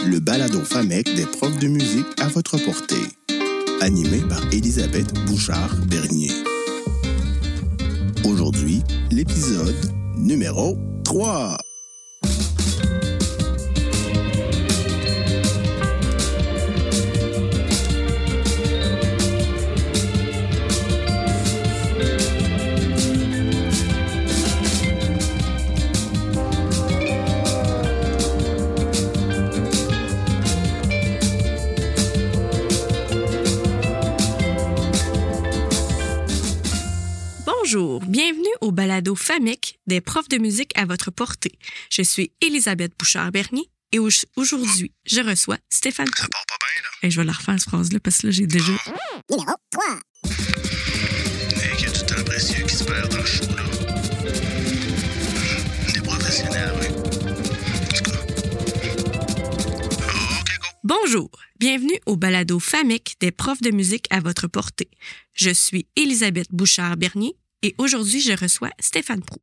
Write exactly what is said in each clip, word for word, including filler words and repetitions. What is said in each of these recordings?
le balado FAMEC des profs de musique à votre portée. Animé par Elisabeth Bouchard-Bernier. Aujourd'hui, l'épisode numéro trois. Bonjour, bienvenue au balado FAMEC des profs de musique à votre portée. Je suis Elisabeth Bouchard-Bernier et au- aujourd'hui, je reçois Stéphane Proulx. Ça part pas bien, là. Et je vais la refaire, cette phrase-là, parce que là, j'ai déjà... Numéro trois. Et qu'il y a du temps précieux qui se perd dans le show, là. Des professionnels, oui. En tout cas. OK, go. Bonjour, bienvenue au balado FAMEC des profs de musique à votre portée. Je suis Elisabeth Bouchard-Bernier et aujourd'hui, je reçois Stéphane Proulx.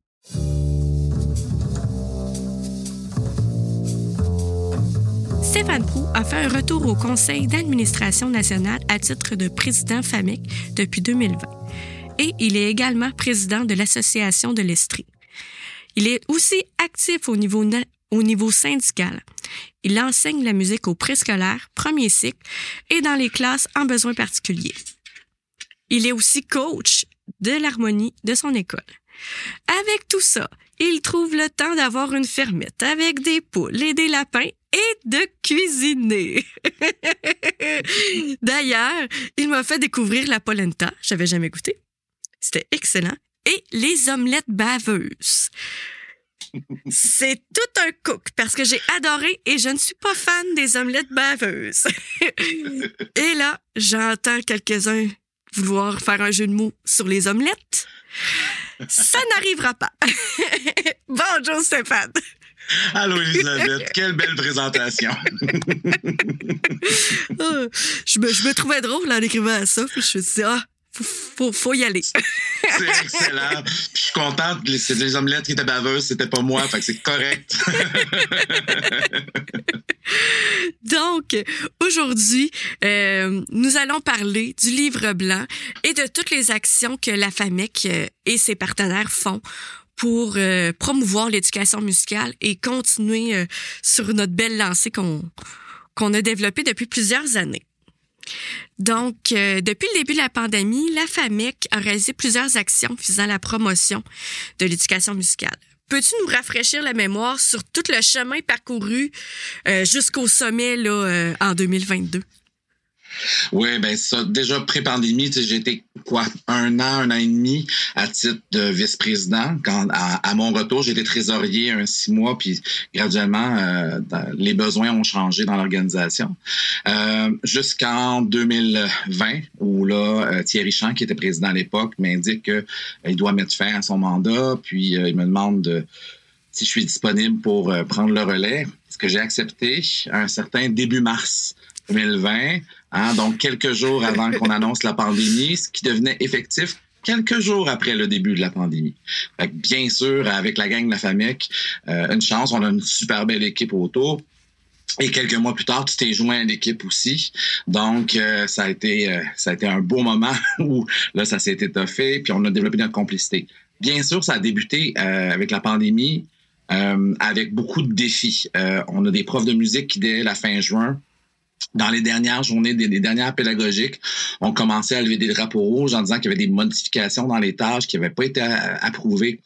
Stéphane Proulx a fait un retour au Conseil d'administration nationale à titre de président FAMEC depuis deux mille vingt. Et il est également président de l'Association de l'Estrie. Il est aussi actif au niveau, na- au niveau syndical. Il enseigne la musique au préscolaire, premier cycle et dans les classes en besoins particuliers. Il est aussi coach de l'harmonie de son école. Avec tout ça, il trouve le temps d'avoir une fermette avec des poules et des lapins et de cuisiner. D'ailleurs, il m'a fait découvrir la polenta, j'avais jamais goûté. C'était excellent. Et les omelettes baveuses. C'est tout un cook parce que j'ai adoré et je ne suis pas fan des omelettes baveuses. Et là, j'entends quelques-uns vouloir faire un jeu de mots sur les omelettes. Ça n'arrivera pas. Bonjour Stéphane. Allô, Elisabeth. Quelle belle présentation. Ah, je, me, je me trouvais drôle en écrivant ça. Puis je me suis dit, ah, faut, faut, faut y aller. C'est excellent. Puis je suis contente. Les, c'est les omelettes qui étaient baveuses, c'était pas moi, fait que c'est correct. Donc, aujourd'hui, euh, nous allons parler du livre blanc et de toutes les actions que la FAMEC euh, et ses partenaires font pour euh, promouvoir l'éducation musicale et continuer euh, sur notre belle lancée qu'on, qu'on a développée depuis plusieurs années. Donc, euh, depuis le début de la pandémie, la FAMEC a réalisé plusieurs actions visant la promotion de l'éducation musicale. Peux-tu nous rafraîchir la mémoire sur tout le chemin parcouru euh, jusqu'au sommet là, euh, en deux mille vingt-deux? Oui, ben ça, déjà pré-pandémie, tu sais, j'ai été quoi, un an, un an et demi à titre de vice-président. Quand à, à mon retour, j'ai été trésorier un six mois, puis graduellement, euh, dans, les besoins ont changé dans l'organisation. Euh, jusqu'en deux mille vingt, où là, euh, Thierry Champ, qui était président à l'époque, m'indique qu'il euh, doit mettre fin à son mandat, puis euh, il me demande de, si je suis disponible pour euh, prendre le relais, ce que j'ai accepté un certain début mars deux mille vingt. Hein, donc, quelques jours avant qu'on annonce la pandémie, ce qui devenait effectif quelques jours après le début de la pandémie. Fait que bien sûr, avec la gang de la FAMEC, euh, une chance, on a une super belle équipe autour. Et quelques mois plus tard, tu t'es joint à l'équipe aussi. Donc, euh, ça a été euh, ça a été un beau moment où là, ça s'est étoffé, puis on a développé notre complicité. Bien sûr, ça a débuté euh, avec la pandémie, euh, avec beaucoup de défis. Euh, on a des profs de musique qui, dès la fin juin, dans les dernières journées, des, des dernières pédagogiques, on commençait à lever des drapeaux rouges en disant qu'il y avait des modifications dans les tâches qui n'avaient pas été approuvées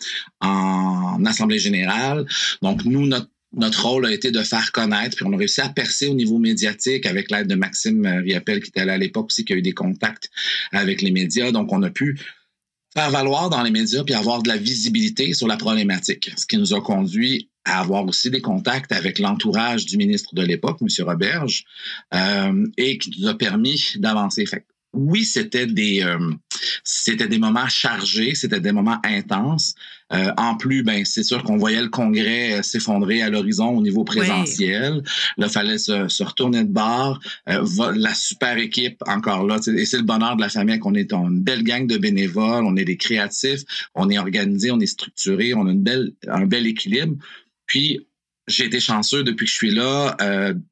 en Assemblée générale. Donc, nous, notre Notre rôle a été de faire connaître, puis on a réussi à percer au niveau médiatique avec l'aide de Maxime Riappel, qui était là à l'époque aussi, qui a eu des contacts avec les médias. Donc, on a pu faire valoir dans les médias puis avoir de la visibilité sur la problématique, ce qui nous a conduit à avoir aussi des contacts avec l'entourage du ministre de l'époque, M. Roberge, euh, et qui nous a permis d'avancer. Fait que, oui, c'était des euh, c'était des moments chargés, c'était des moments intenses. Euh, en plus, ben c'est sûr qu'on voyait le congrès s'effondrer à l'horizon au niveau présentiel. Oui. Là, il fallait se, se retourner de bord. Euh, la super équipe, encore là, et c'est le bonheur de la famille qu'on est une belle gang de bénévoles, on est des créatifs, on est organisé, on est structuré, on a une belle, un bel équilibre. Puis, j'ai été chanceux depuis que je suis là. Euh,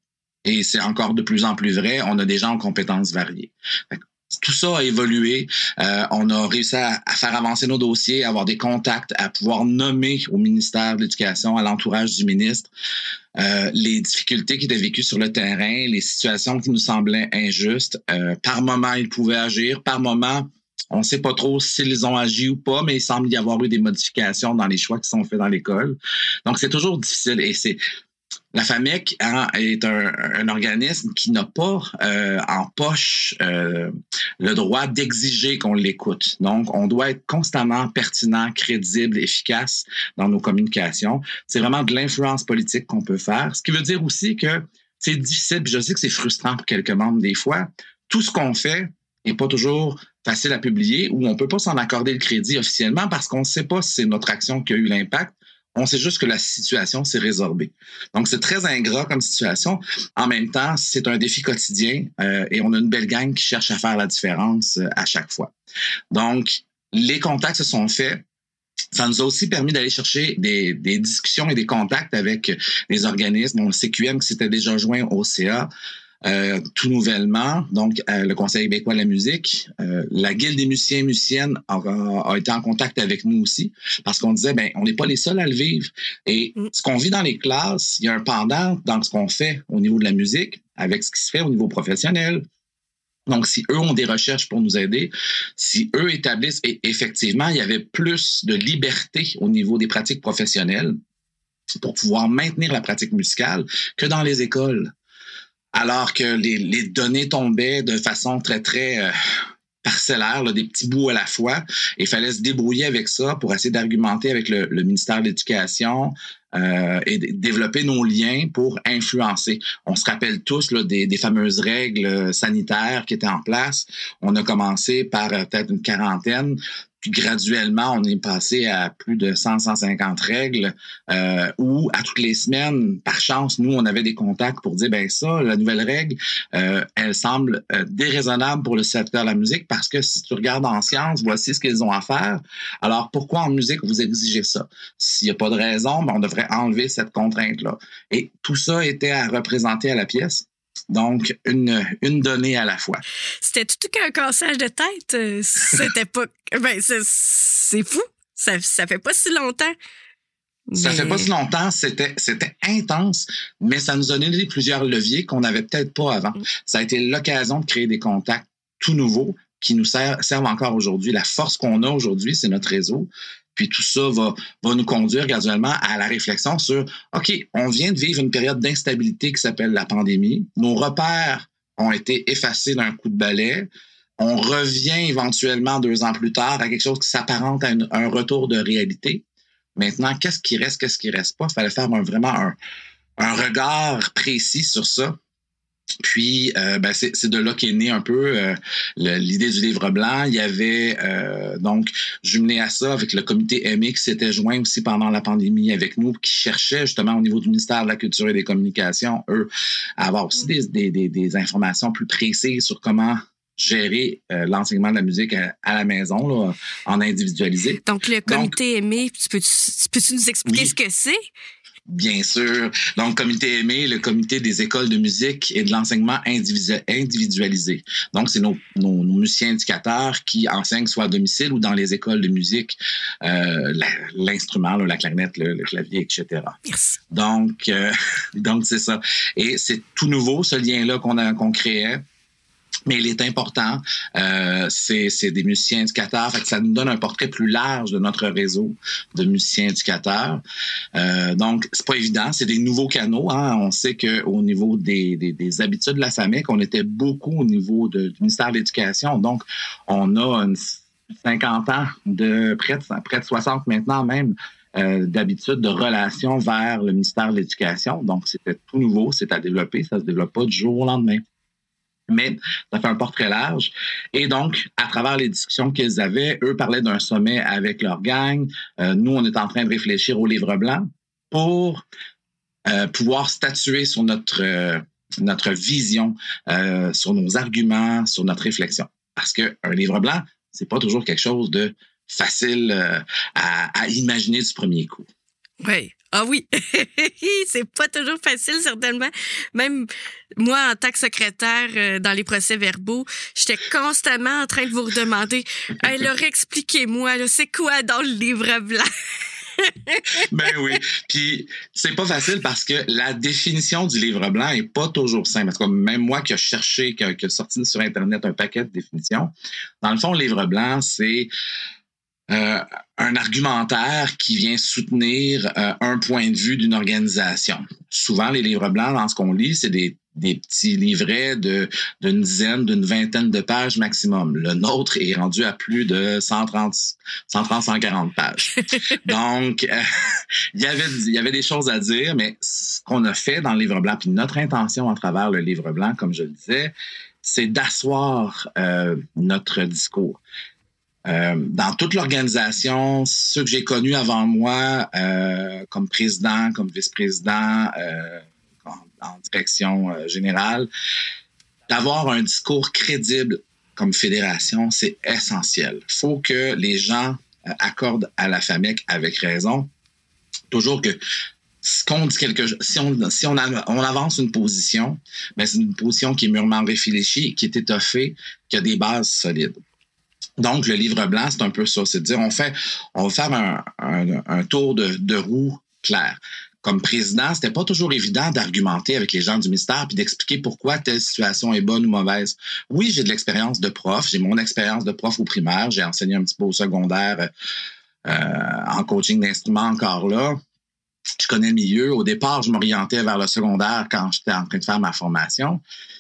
Et c'est encore de plus en plus vrai, on a des gens aux compétences variées. Tout ça a évolué. Euh, on a réussi à, à faire avancer nos dossiers, à avoir des contacts, à pouvoir nommer au ministère de l'Éducation, à l'entourage du ministre, euh, les difficultés qui étaient vécues sur le terrain, les situations qui nous semblaient injustes. Euh, par moment, ils pouvaient agir. Par moment, on ne sait pas trop s'ils ont agi ou pas, mais il semble y avoir eu des modifications dans les choix qui sont faits dans l'école. Donc, c'est toujours difficile. Et c'est La FAMEC hein, est un, un organisme qui n'a pas euh, en poche euh, le droit d'exiger qu'on l'écoute. Donc, on doit être constamment pertinent, crédible, efficace dans nos communications. C'est vraiment de l'influence politique qu'on peut faire. Ce qui veut dire aussi que c'est difficile, puis je sais que c'est frustrant pour quelques membres des fois. Tout ce qu'on fait n'est pas toujours facile à publier ou on peut pas s'en accorder le crédit officiellement parce qu'on ne sait pas si c'est notre action qui a eu l'impact. On sait juste que la situation s'est résorbée. Donc, c'est très ingrat comme situation. En même temps, c'est un défi quotidien euh, et on a une belle gang qui cherche à faire la différence euh, à chaque fois. Donc, les contacts se sont faits. Ça nous a aussi permis d'aller chercher des, des discussions et des contacts avec des organismes. On le C Q M qui s'était déjà joint au C A. Euh, tout nouvellement, donc euh, le Conseil québécois de la musique, euh, la Guilde des musiciens et musiciennes a, a, a été en contact avec nous aussi parce qu'on disait, ben on n'est pas les seuls à le vivre. Et ce qu'on vit dans les classes, il y a un pendant dans ce qu'on fait au niveau de la musique avec ce qui se fait au niveau professionnel. Donc, si eux ont des recherches pour nous aider, si eux établissent, et effectivement, il y avait plus de liberté au niveau des pratiques professionnelles pour pouvoir maintenir la pratique musicale que dans les écoles. Alors que les, les données tombaient de façon très, très euh, parcellaire, là, des petits bouts à la fois. Et il fallait se débrouiller avec ça pour essayer d'argumenter avec le, le ministère de l'Éducation euh, et d- développer nos liens pour influencer. On se rappelle tous là, des, des fameuses règles sanitaires qui étaient en place. On a commencé par euh, peut-être une quarantaine. Puis graduellement, on est passé à plus de cent à cent cinquante règles euh, où, à toutes les semaines, par chance, nous, on avait des contacts pour dire, ben ça, la nouvelle règle, euh, elle semble euh, déraisonnable pour le secteur de la musique parce que si tu regardes en sciences, voici ce qu'ils ont à faire. Alors, pourquoi en musique vous exigez ça? S'il n'y a pas de raison, ben, on devrait enlever cette contrainte-là. Et tout ça était à représenter à la pièce. Donc, une, une donnée à la fois. C'était tout qu'un cassage de tête. C'était pas... Ben, c'est, c'est fou. Ça, ça fait pas si longtemps. Ça mais... fait pas si longtemps. C'était, c'était intense, mais ça nous a donné plusieurs leviers qu'on n'avait peut-être pas avant. Mm. Ça a été l'occasion de créer des contacts tout nouveaux qui nous servent, servent encore aujourd'hui. La force qu'on a aujourd'hui, c'est notre réseau. Puis tout ça va, va nous conduire graduellement à la réflexion sur, OK, on vient de vivre une période d'instabilité qui s'appelle la pandémie. Nos repères ont été effacés d'un coup de balai. On revient éventuellement deux ans plus tard à quelque chose qui s'apparente à une, un retour de réalité. Maintenant, qu'est-ce qui reste, qu'est-ce qui reste pas? Il fallait faire un, vraiment un, un regard précis sur ça. Puis, euh, ben c'est, c'est de là qu'est née un peu euh, le, l'idée du livre blanc. Il y avait euh, donc jumelé à ça avec le comité M I qui s'était joint aussi pendant la pandémie avec nous, qui cherchait justement au niveau du ministère de la Culture et des Communications, eux, à avoir aussi des, des, des, des informations plus précises sur comment gérer euh, l'enseignement de la musique à, à la maison, là, en individualisé. Donc, le comité donc, M I, tu peux-tu, peux-tu nous expliquer oui. ce que c'est? Bien sûr. Donc, comité M I, le comité des écoles de musique et de l'enseignement individualisé. Donc, c'est nos, nos, nos musiciens éducateurs qui enseignent soit à domicile ou dans les écoles de musique, euh, la, l'instrument, là, la clarinette, le, le clavier, et cetera. Merci. Donc, euh, donc, c'est ça. Et c'est tout nouveau, ce lien-là qu'on, a, qu'on créait. Mais il est important. Euh, c'est, c'est des musiciens éducateurs. Fait que ça nous donne un portrait plus large de notre réseau de musiciens éducateurs. Euh, donc, c'est pas évident. C'est des nouveaux canaux. Hein. On sait qu'au niveau des, des, des habitudes de la FAMEC, on était beaucoup au niveau de, du ministère de l'Éducation. Donc, on a une cinquante ans, de près de, près de soixante maintenant même, euh, d'habitude de relations vers le ministère de l'Éducation. Donc, c'était tout nouveau. C'est à développer. Ça se développe pas du jour au lendemain. Mais ça fait un portrait large. Et donc, à travers les discussions qu'ils avaient, eux parlaient d'un sommet avec leur gang. Euh, nous, on est en train de réfléchir au livre blanc pour euh, pouvoir statuer sur notre, euh, notre vision, euh, sur nos arguments, sur notre réflexion. Parce qu'un livre blanc, c'est pas toujours quelque chose de facile euh, à, à imaginer du premier coup. Oui. Ah oui, c'est pas toujours facile, certainement. Même moi, en tant que secrétaire euh, dans les procès-verbaux, j'étais constamment en train de vous redemander « Hey, là, expliquez-moi, là, c'est quoi dans le livre blanc? » Ben oui. Puis c'est pas facile parce que la définition du livre blanc est pas toujours simple. Parce que même moi qui ai cherché, qui a, qui a sorti sur Internet un paquet de définitions, dans le fond, le livre blanc, c'est euh, un argumentaire qui vient soutenir euh, un point de vue d'une organisation. Souvent, les livres blancs, dans ce qu'on lit, c'est des des petits livrets de d'une dizaine, d'une vingtaine de pages maximum. Le nôtre est rendu à plus de cent trente, cent trente, cent quarante pages. Donc, euh, il y avait il y avait des choses à dire, mais ce qu'on a fait dans le livre blanc, puis notre intention à travers le livre blanc, comme je le disais, c'est d'asseoir euh, notre discours. Euh, dans toute l'organisation, ceux que j'ai connus avant moi, euh, comme président, comme vice-président, euh, en direction euh, générale, d'avoir un discours crédible comme fédération, c'est essentiel. Il faut que les gens euh, accordent à la FAMEC avec raison. Toujours que si on dit quelque chose, si on, si on, a, on avance une position, ben c'est une position qui est mûrement réfléchie, qui est étoffée, qui a des bases solides. Donc, le livre blanc, c'est un peu ça. C'est de dire, on fait, on va faire un, un, un tour de, de roue clair. Comme président, c'était pas toujours évident d'argumenter avec les gens du ministère puis d'expliquer pourquoi telle situation est bonne ou mauvaise. Oui, j'ai de l'expérience de prof, j'ai mon expérience de prof au primaire, j'ai enseigné un petit peu au secondaire euh, en coaching d'instruments encore là. Je connais le milieu. Au départ, je m'orientais vers le secondaire quand j'étais en train de faire ma formation.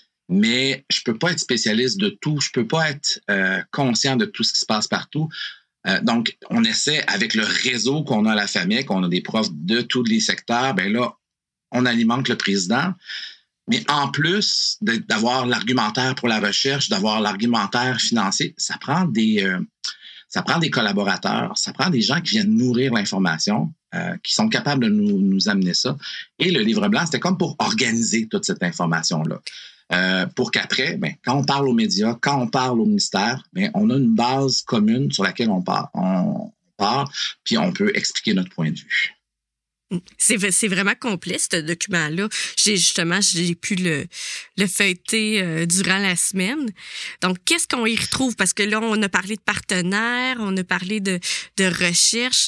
Mais je peux pas être spécialiste de tout, je peux pas être euh, conscient de tout ce qui se passe partout. Euh, donc, on essaie, avec le réseau qu'on a à la FAMEC, on a des profs de tous les secteurs, ben là, on alimente le président. Mais en plus d'avoir l'argumentaire pour la recherche, d'avoir l'argumentaire financier, ça prend des, euh, ça prend des collaborateurs, ça prend des gens qui viennent nourrir l'information, euh, qui sont capables de nous, nous amener ça. Et le livre blanc, c'était comme pour organiser toute cette information-là. Euh, pour qu'après, ben, quand on parle aux médias, quand on parle au ministère, ben, on a une base commune sur laquelle on part, on part, puis on peut expliquer notre point de vue. C'est, c'est vraiment complet, ce document-là. J'ai justement, j'ai pu le, le feuilleter euh, durant la semaine. Donc, qu'est-ce qu'on y retrouve? Parce que là, on a parlé de partenaires, on a parlé de, de recherche.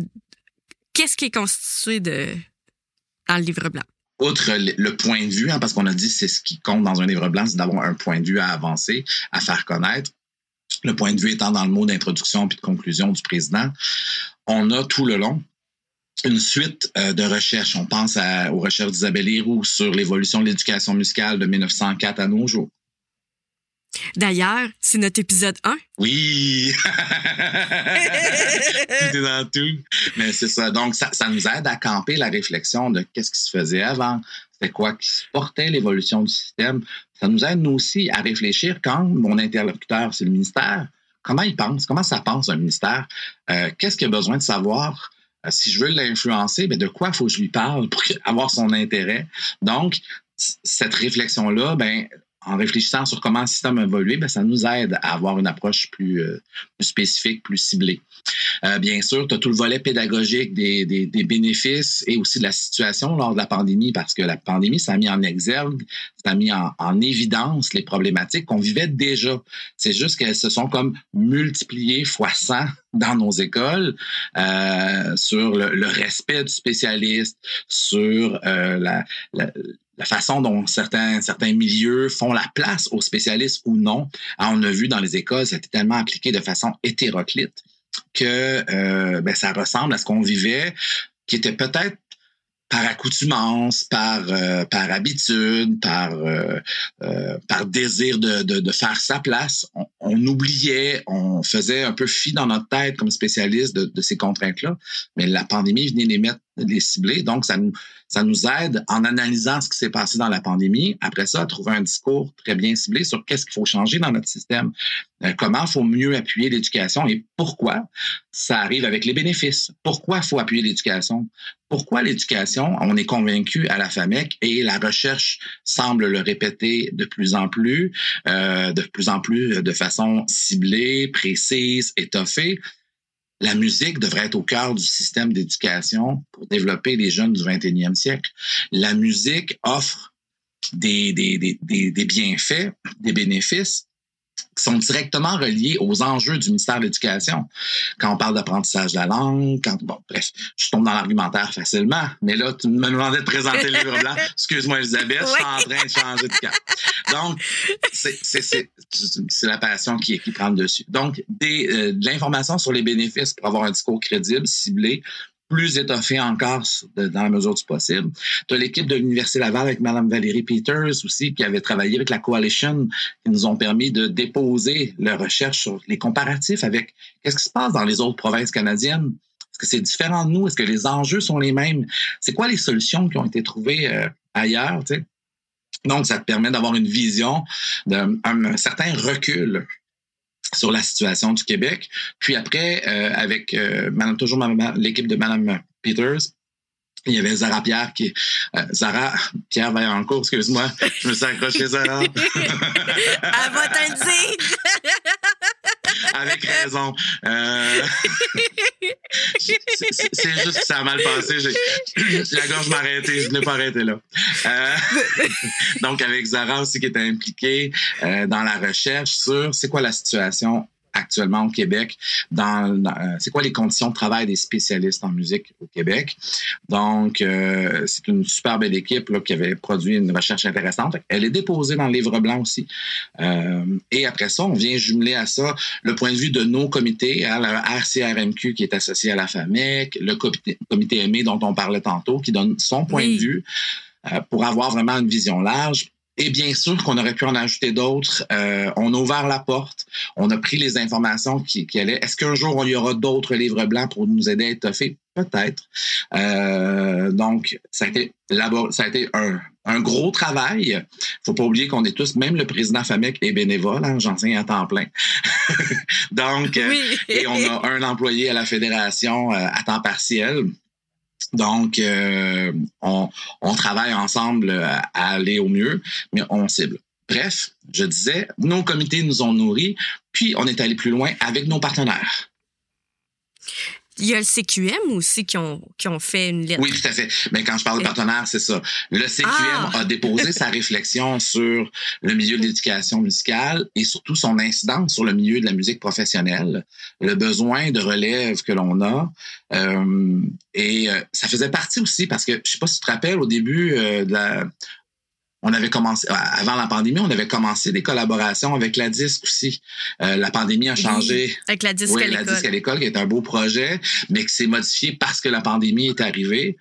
Qu'est-ce qui est constitué de, dans le livre blanc? Outre le, le point de vue, hein, parce qu'on a dit c'est ce qui compte dans un livre blanc, c'est d'avoir un point de vue à avancer, à faire connaître. Le point de vue étant dans le mot d'introduction puis de conclusion du président. On a tout le long une suite euh, de recherches. On pense à, aux recherches d'Isabelle Héroux sur l'évolution de l'éducation musicale de mille neuf cent quatre à nos jours. D'ailleurs, c'est notre épisode un. Oui! Tout est dans tout. Mais c'est ça. Donc, ça, ça nous aide à camper la réflexion de qu'est-ce qui se faisait avant, c'était quoi qui supportait l'évolution du système. Ça nous aide, nous aussi, à réfléchir quand mon interlocuteur, c'est le ministère, comment il pense, comment ça pense un ministère, euh, qu'est-ce qu'il a besoin de savoir. Euh, si je veux l'influencer, ben de quoi il faut que je lui parle pour avoir son intérêt. Donc, c- cette réflexion-là, ben en réfléchissant sur comment le système a évolué, ben, ça nous aide à avoir une approche plus, euh, plus spécifique, plus ciblée. Euh, bien sûr, tu as tout le volet pédagogique des, des, des bénéfices et aussi de la situation lors de la pandémie, parce que la pandémie, ça a mis en exergue, ça a mis en, en évidence les problématiques qu'on vivait déjà. C'est juste qu'elles se sont comme multipliées fois cent dans nos écoles euh, sur le, le respect du spécialiste, sur euh, la, la la façon dont certains, certains milieux font la place aux spécialistes ou non. Alors, on a vu dans les écoles, c'était tellement appliqué de façon hétéroclite que euh, ben, ça ressemble à ce qu'on vivait, qui était peut-être par accoutumance, par, euh, par habitude, par, euh, euh, par désir de, de, de faire sa place. On, on oubliait, on faisait un peu fi dans notre tête comme spécialiste de, de ces contraintes-là, mais la pandémie venait les mettre, les cibler, donc ça nous, ça nous aide en analysant ce qui s'est passé dans la pandémie, après ça, à trouver un discours très bien ciblé sur qu'est-ce qu'il faut changer dans notre système, euh, comment il faut mieux appuyer l'éducation et pourquoi ça arrive avec les bénéfices. Pourquoi il faut appuyer l'éducation? Pourquoi l'éducation? On est convaincu à la FAMEC et la recherche semble le répéter de plus en plus, euh, de plus en plus de façon ciblée, précise, étoffée. la musique devrait être au cœur du système d'éducation pour développer les jeunes du vingt et unième siècle. La musique offre des, des, des, des, des bienfaits, des bénéfices qui sont directement reliés aux enjeux du ministère de l'Éducation. Quand on parle d'apprentissage de la langue, quand bon, bref, je tombe dans l'argumentaire facilement, mais là, tu me demandais de présenter le livre blanc. Excuse-moi, Elisabeth, je suis en train de changer de cap. Donc, c'est, c'est, c'est, c'est la passion qui, qui prend le dessus. Donc, des, euh, de l'information sur les bénéfices pour avoir un discours crédible, ciblé, plus étoffé encore dans la mesure du possible. Tu as l'équipe de l'Université Laval avec Mme Valérie Peters aussi, qui avait travaillé avec la Coalition, qui nous ont permis de déposer leurs recherches sur les comparatifs avec qu'est-ce qui se passe dans les autres provinces canadiennes. Est-ce que c'est différent de nous? Est-ce que les enjeux sont les mêmes? C'est quoi les solutions qui ont été trouvées euh, ailleurs, tu sais? Donc, ça te permet d'avoir une vision d'un un certain recul sur la situation du Québec. Puis après, euh, avec euh, madame, toujours madame, l'équipe de Mme Peters, il y avait Zara Pierre qui... Euh, Zara Pierre Vaillancourt, excuse-moi, je me suis accroché, Zara. Elle va te le dire! Avec raison. Euh... c'est, c'est, c'est juste que ça a mal passé. J'ai... La gorge m'a arrêté, je n'ai pas arrêté là. Euh... Donc, avec Zara aussi qui était impliquée euh, dans la recherche sur c'est quoi la situation actuellement au Québec, dans, dans euh, c'est quoi les conditions de travail des spécialistes en musique au Québec. Donc, euh, c'est une super belle équipe là, qui avait produit une recherche intéressante. Elle est déposée dans le livre blanc aussi. Euh, et après ça, on vient jumeler à ça le point de vue de nos comités, hein, la R C R M Q qui est associé à la FAMEC, le comité, comité M E dont on parlait tantôt, qui donne son point oui. de vue euh, pour avoir vraiment une vision large. Et bien sûr qu'on aurait pu en ajouter d'autres. Euh, on a ouvert la porte. On a pris les informations qui, qui allaient. Est-ce qu'un jour, il y aura d'autres livres blancs pour nous aider à étoffer? Peut-être. Euh, donc, ça a été, ça a été un, un gros travail. Il ne faut pas oublier qu'on est tous, même le président FAMEC est bénévole. Hein, j'enseigne à temps plein. Donc, oui. euh, et on a un employé à la fédération euh, à temps partiel. Donc, euh, on, on travaille ensemble à aller au mieux, mais on cible. Bref, je disais, nos comités nous ont nourris, puis on est allé plus loin avec nos partenaires. Il y a le C Q M aussi qui ont, qui ont fait une lettre. Oui, tout à fait. Mais quand je parle de partenaires, c'est ça. Le C Q M ah. a déposé sa réflexion sur le milieu de l'éducation musicale et surtout son incidence sur le milieu de la musique professionnelle, le besoin de relève que l'on a. Euh, et euh, ça faisait partie aussi, parce que je sais pas si tu te rappelles, au début euh, de la... On avait commencé, avant la pandémie, on avait commencé des collaborations avec la Disque aussi. Euh, la pandémie a changé. Oui, avec la Disque oui, à l'école. la Disque à l'école, qui est un beau projet, mais qui s'est modifié parce que la pandémie est arrivée.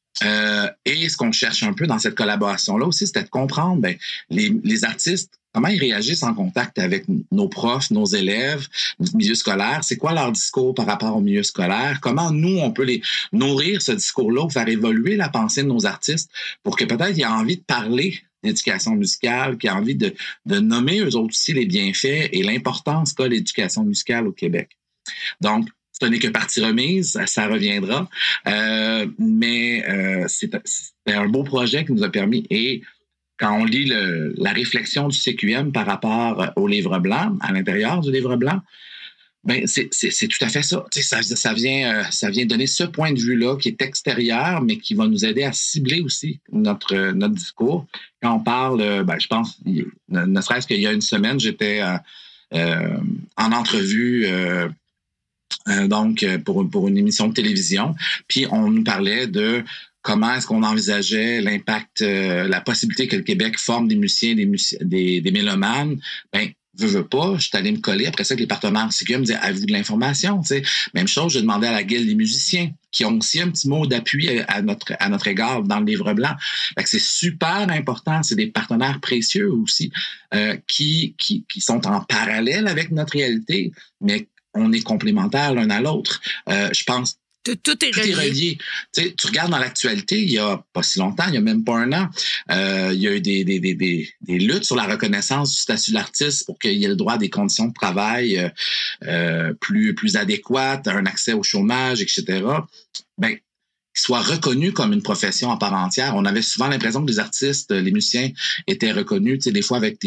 Euh, et ce qu'on cherche un peu dans cette collaboration-là aussi, c'était de comprendre ben, les, les artistes, comment ils réagissent en contact avec nos profs, nos élèves, notre milieu scolaire. C'est quoi leur discours par rapport au milieu scolaire? Comment nous, on peut les nourrir ce discours-là ou faire évoluer la pensée de nos artistes pour que peut-être ils aient envie de parler d'éducation musicale, qui a envie de, de nommer eux autres aussi les bienfaits et l'importance qu'a l'éducation musicale au Québec. Donc, ce n'est que partie remise, ça, ça reviendra, euh, mais euh, c'est, c'est un beau projet qui nous a permis, et quand on lit le, la réflexion du C Q M par rapport au livre blanc, à l'intérieur du livre blanc, ben c'est, c'est, c'est tout à fait ça. Tu sais, ça, ça vient, euh, ça vient donner ce point de vue-là qui est extérieur, mais qui va nous aider à cibler aussi notre, notre discours. Quand on parle, ben, je pense, ne, ne serait-ce qu'il y a une semaine, j'étais euh, euh, en entrevue euh, euh, donc pour, pour une émission de télévision, puis on nous parlait de comment est-ce qu'on envisageait l'impact, euh, la possibilité que le Québec forme des musiciens, des, musiciens, des, des mélomanes. Ben, veux, veux pas, je suis allé me coller. Après ça, que les partenaires C Q M me disaient, avez-vous de l'information? T'sais, même chose, j'ai demandé à la Guilde des musiciens, qui ont aussi un petit mot d'appui à notre, à notre égard dans le livre blanc. Fait que c'est super important. C'est des partenaires précieux aussi, euh, qui, qui, qui sont en parallèle avec notre réalité, mais on est complémentaires l'un à l'autre. Euh, je pense Tout, tout est Tout relié. est relié. Tu sais, tu regardes dans l'actualité, il y a pas si longtemps, il y a même pas un an, euh, il y a eu des, des, des, des, des luttes sur la reconnaissance du statut de l'artiste pour qu'il y ait le droit à des conditions de travail euh, euh, plus, plus adéquates, un accès au chômage, et cetera. Ben, qu'ils soient reconnus comme une profession à part entière. On avait souvent l'impression que les artistes, les musiciens étaient reconnus, tu sais, des fois avec des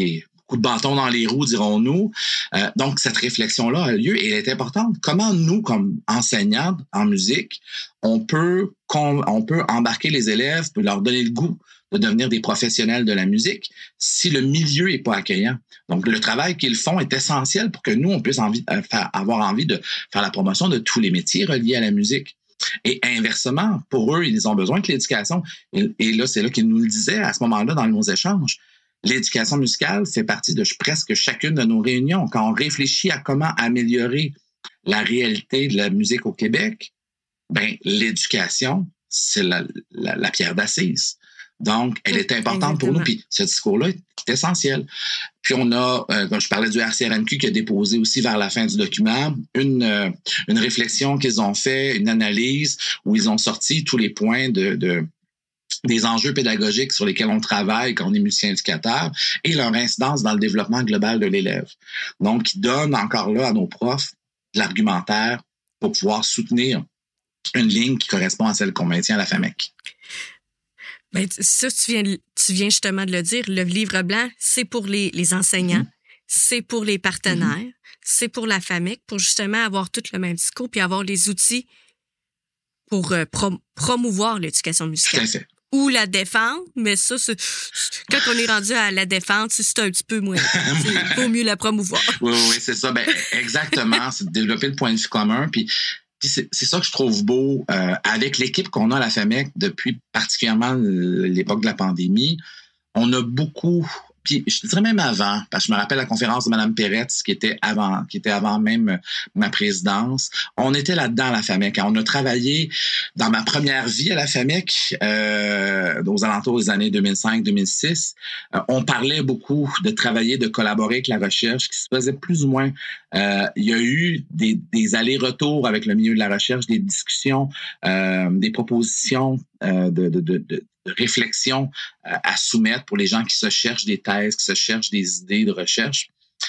coup de bâton dans les roues, dirons-nous. Euh, donc, cette réflexion-là a lieu et elle est importante. Comment nous, comme enseignants en musique, on peut, on peut embarquer les élèves, peut leur donner le goût de devenir des professionnels de la musique si le milieu est pas accueillant. Donc, le travail qu'ils font est essentiel pour que nous, on puisse envie, euh, faire, avoir envie de faire la promotion de tous les métiers reliés à la musique. Et inversement, pour eux, ils ont besoin que l'éducation, et, et là, c'est là qu'ils nous le disaient à ce moment-là dans nos échanges, l'éducation musicale fait partie de presque chacune de nos réunions. Quand on réfléchit à comment améliorer la réalité de la musique au Québec, ben l'éducation, c'est la, la, la pierre d'assise. Donc, elle est importante pour nous. Puis, ce discours-là est essentiel. Puis, on a, euh, quand je parlais du R C R M Q qui a déposé aussi vers la fin du document, une, euh, une réflexion qu'ils ont fait, une analyse où ils ont sorti tous les points de, de des enjeux pédagogiques sur lesquels on travaille quand on est musicien-éducateur et leur incidence dans le développement global de l'élève. Donc, ils donnent encore là à nos profs de l'argumentaire pour pouvoir soutenir une ligne qui correspond à celle qu'on maintient à la FAMEC. Ben, ça, tu viens, tu viens justement de le dire. Le livre blanc, c'est pour les, les enseignants, mm-hmm. c'est pour les partenaires, mm-hmm. c'est pour la FAMEC, pour justement avoir tout le même discours puis avoir les outils pour euh, prom- promouvoir l'éducation musicale. Tout à fait. Ou la défendre, mais ça, c'est, quand on est rendu à la défendre, c'est un petit peu moins. Il vaut mieux la promouvoir. Oui, oui, c'est ça. Ben, exactement. C'est de développer le point de vue commun. Puis, puis c'est, c'est ça que je trouve beau euh, avec l'équipe qu'on a à la FAMEC depuis particulièrement l'époque de la pandémie. On a beaucoup, puis je dirais même avant, parce que je me rappelle la conférence de Mme Peretz qui était avant, qui était avant même ma présidence. On était là-dedans à la FAMEC. On a travaillé dans ma première vie à la FAMEC, euh, aux alentours des années deux mille cinq deux mille six. Euh, on parlait beaucoup de travailler, de collaborer avec la recherche, qui se faisait plus ou moins. Euh, il y a eu des, des allers-retours avec le milieu de la recherche, des discussions, euh, des propositions euh, de, de, de, de de réflexion euh, à soumettre pour les gens qui se cherchent des thèses, qui se cherchent des idées de recherche.